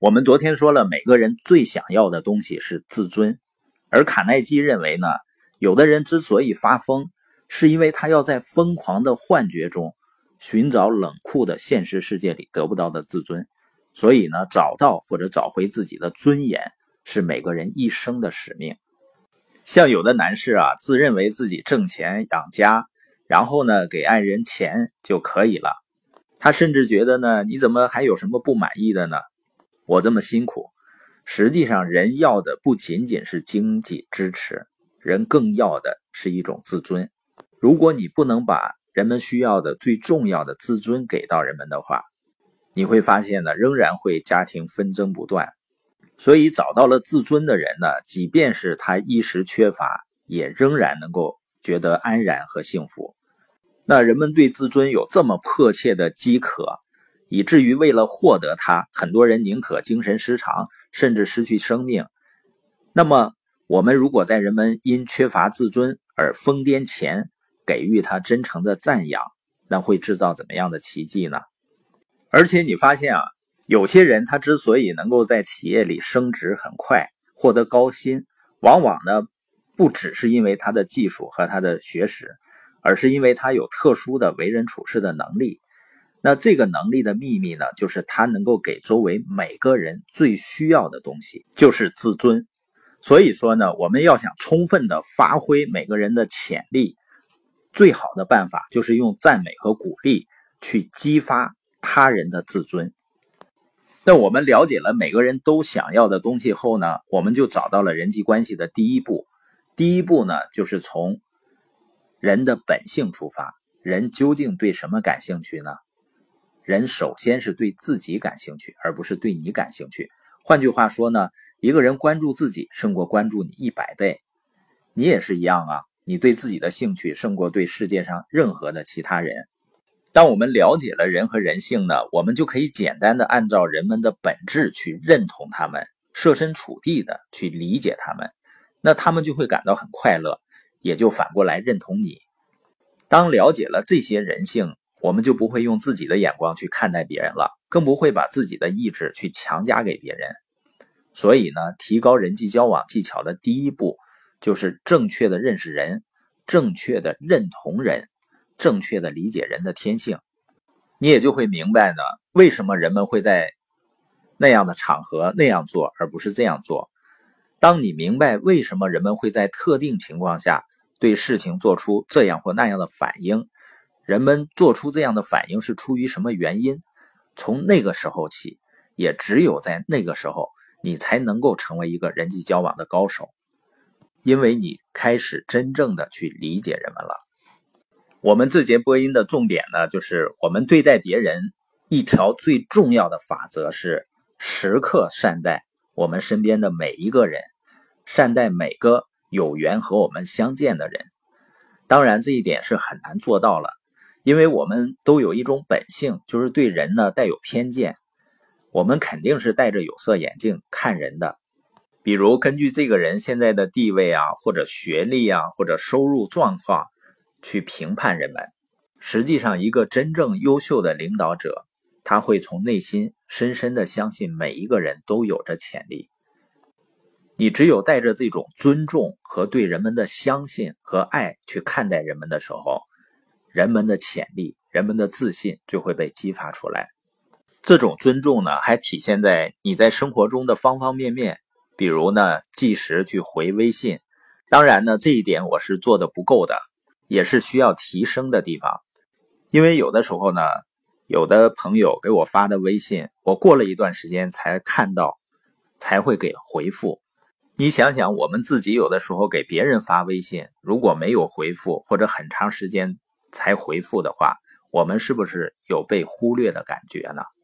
我们昨天说了，每个人最想要的东西是自尊，而卡耐基认为呢，有的人之所以发疯，是因为他要在疯狂的幻觉中寻找冷酷的现实世界里得不到的自尊，所以呢，找到或者找回自己的尊严是每个人一生的使命。像有的男士啊，自认为自己挣钱养家，然后呢，给爱人钱就可以了。他甚至觉得呢，你怎么还有什么不满意的呢？我这么辛苦。实际上，人要的不仅仅是经济支持，人更要的是一种自尊。如果你不能把人们需要的最重要的自尊给到人们的话，你会发现呢，仍然会家庭纷争不断。所以找到了自尊的人呢，即便是他一时缺乏，也仍然能够觉得安然和幸福。那人们对自尊有这么迫切的饥渴，以至于为了获得它，很多人宁可精神失常，甚至失去生命。那么我们如果在人们因缺乏自尊而疯癫前给予他真诚的赞扬，那会制造怎么样的奇迹呢？而且你发现啊，有些人他之所以能够在企业里升职很快，获得高薪，往往呢不只是因为他的技术和他的学识，而是因为他有特殊的为人处事的能力。那这个能力的秘密呢，就是他能够给周围每个人最需要的东西，就是自尊。所以说呢，我们要想充分的发挥每个人的潜力，最好的办法就是用赞美和鼓励去激发他人的自尊。那我们了解了每个人都想要的东西后呢，我们就找到了人际关系的第一步。第一步呢，就是从人的本性出发。人究竟对什么感兴趣呢？人首先是对自己感兴趣，而不是对你感兴趣。换句话说呢，一个人关注自己胜过关注你100倍。你也是一样啊，你对自己的兴趣胜过对世界上任何的其他人。当我们了解了人和人性呢，我们就可以简单的按照人们的本质去认同他们，设身处地的去理解他们，那他们就会感到很快乐，也就反过来认同你。当了解了这些人性，我们就不会用自己的眼光去看待别人了，更不会把自己的意志去强加给别人。所以呢，提高人际交往技巧的第一步，就是正确的认识人，正确的认同人，正确的理解人的天性。你也就会明白呢，为什么人们会在那样的场合那样做，而不是这样做。当你明白为什么人们会在特定情况下对事情做出这样或那样的反应，人们做出这样的反应是出于什么原因，从那个时候起，也只有在那个时候，你才能够成为一个人际交往的高手，因为你开始真正的去理解人们了。我们这节播音的重点呢，就是我们对待别人一条最重要的法则是时刻善待我们身边的每一个人，善待每个有缘和我们相见的人。当然这一点是很难做到了，因为我们都有一种本性，就是对人呢带有偏见。我们肯定是戴着有色眼镜看人的，比如根据这个人现在的地位啊，或者学历啊，或者收入状况去评判人们。实际上一个真正优秀的领导者，他会从内心深深的相信每一个人都有着潜力。你只有带着这种尊重和对人们的相信和爱去看待人们的时候，人们的潜力，人们的自信就会被激发出来。这种尊重呢，还体现在你在生活中的方方面面，比如呢，计时去回微信。当然呢，这一点我是做的不够的，也是需要提升的地方。因为有的时候呢，有的朋友给我发的微信，我过了一段时间才看到，才会给回复。你想想，我们自己有的时候给别人发微信，如果没有回复，或者很长时间才回复的话，我们是不是有被忽略的感觉呢？